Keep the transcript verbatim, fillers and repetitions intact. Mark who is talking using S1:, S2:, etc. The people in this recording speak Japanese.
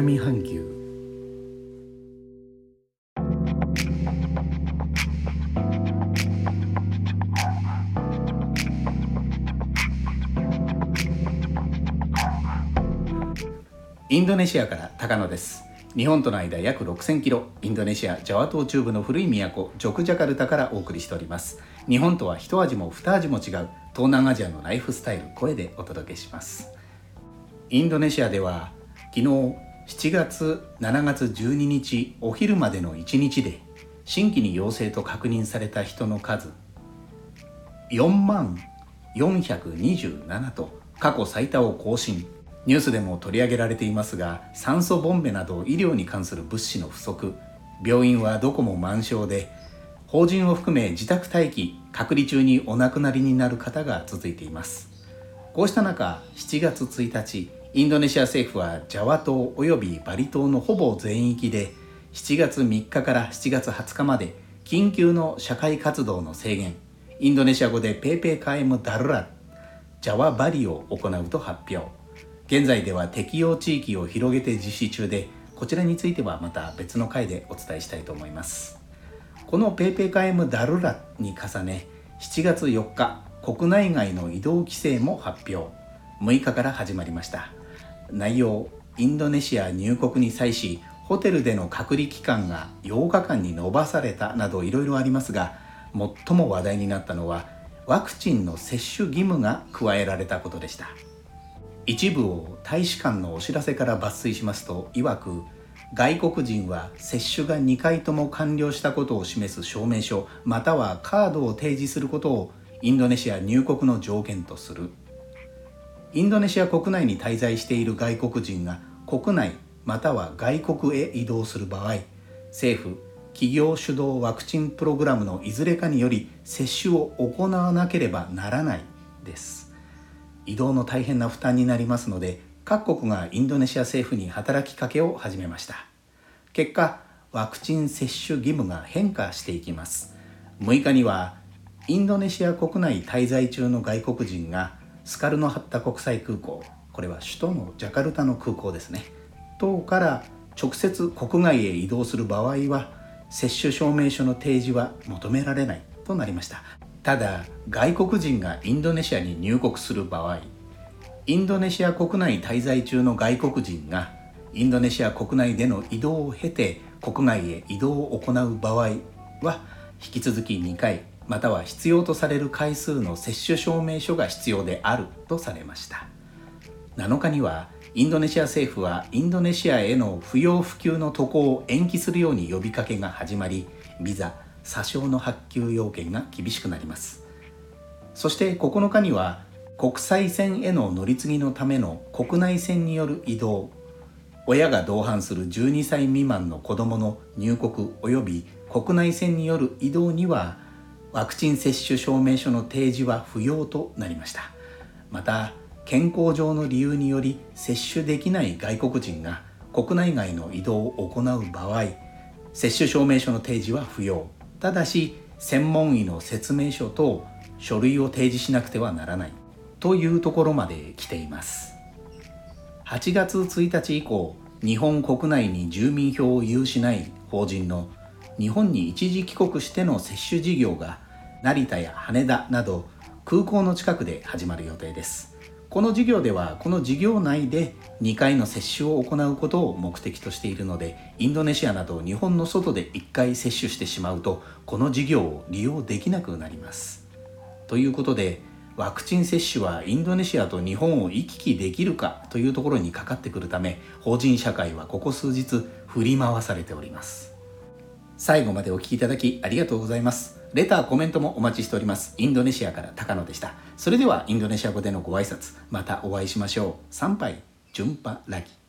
S1: 南半球。インドネシアから高野です。日本との間約ろくせんキロ、インドネシアジャワ島中部の古い都ジョクジャカルタからお送りしております。日本とは一味も二味も違う東南アジアのライフスタイル、声でお届けします。インドネシアでは昨日しちがつしちがつじゅうににちお昼までのいちにちで新規に陽性と確認された人の数よんまんよんひゃくにじゅうななと過去最多を更新。ニュースでも取り上げられていますが、酸素ボンベなど医療に関する物資の不足、病院はどこも満床で、法人を含め自宅待機隔離中にお亡くなりになる方が続いています。こうした中、しちがつついたちインドネシア政府はジャワ島およびバリ島のほぼ全域でしちがつみっかからしちがつはつかまで緊急の社会活動の制限、インドネシア語でペーペーカエムダルラジャワバリを行うと発表。現在では適用地域を広げて実施中で、こちらについてはまた別の回でお伝えしたいと思います。このペーペーカエムダルラに重ね、しちがつよっか国内外の移動規制も発表。むいかから始まりました。内容、インドネシア入国に際しホテルでの隔離期間がようかかんに延ばされたなどいろいろありますが、最も話題になったのはワクチンの接種義務が加えられたことでした。一部を大使館のお知らせから抜粋しますと、曰く外国人は接種がにかいとも完了したことを示す証明書またはカードを提示することをインドネシア入国の条件とする。インドネシア国内に滞在している外国人が国内または外国へ移動する場合、政府企業主導ワクチンプログラムのいずれかにより接種を行わなければならないです。移動の大変な負担になりますので、各国がインドネシア政府に働きかけを始めました。結果、ワクチン接種義務が変化していきます。むいかにはインドネシア国内滞在中の外国人がスカルノハッタ国際空港、これは首都のジャカルタの空港ですね、等から直接国外へ移動する場合は接種証明書の提示は求められないとなりました。ただ、外国人がインドネシアに入国する場合、インドネシア国内滞在中の外国人がインドネシア国内での移動を経て国外へ移動を行う場合は引き続きにかいまたは必要とされる回数の接種証明書が必要であるとされました。なのかにはインドネシア政府はインドネシアへの不要不急の渡航を延期するように呼びかけが始まり、ビザ査証の発給要件が厳しくなります。そしてここのかには国際線への乗り継ぎのための国内線による移動、親が同伴するじゅうにさい未満の子どもの入国及び国内線による移動にはワクチン接種証明書の提示は不要となりました。また健康上の理由により接種できない外国人が国内外の移動を行う場合、接種証明書の提示は不要。ただし専門医の説明書と書類を提示しなくてはならないというところまで来ています。はちがつついたち以降、日本国内に住民票を有しない法人の日本に一時帰国しての接種事業が成田や羽田など空港の近くで始まる予定です。この事業ではこの事業内でにかいの接種を行うことを目的としているので、インドネシアなど日本の外でいっかい接種してしまうとこの事業を利用できなくなります。ということで、ワクチン接種はインドネシアと日本を行き来できるかというところにかかってくるため、法人社会はここ数日振り回されております。最後までお聞きいただきありがとうございます。レター、コメントもお待ちしております。インドネシアから高野でした。それではインドネシア語でのご挨拶、またお会いしましょう。参拝、ジュンパラギ。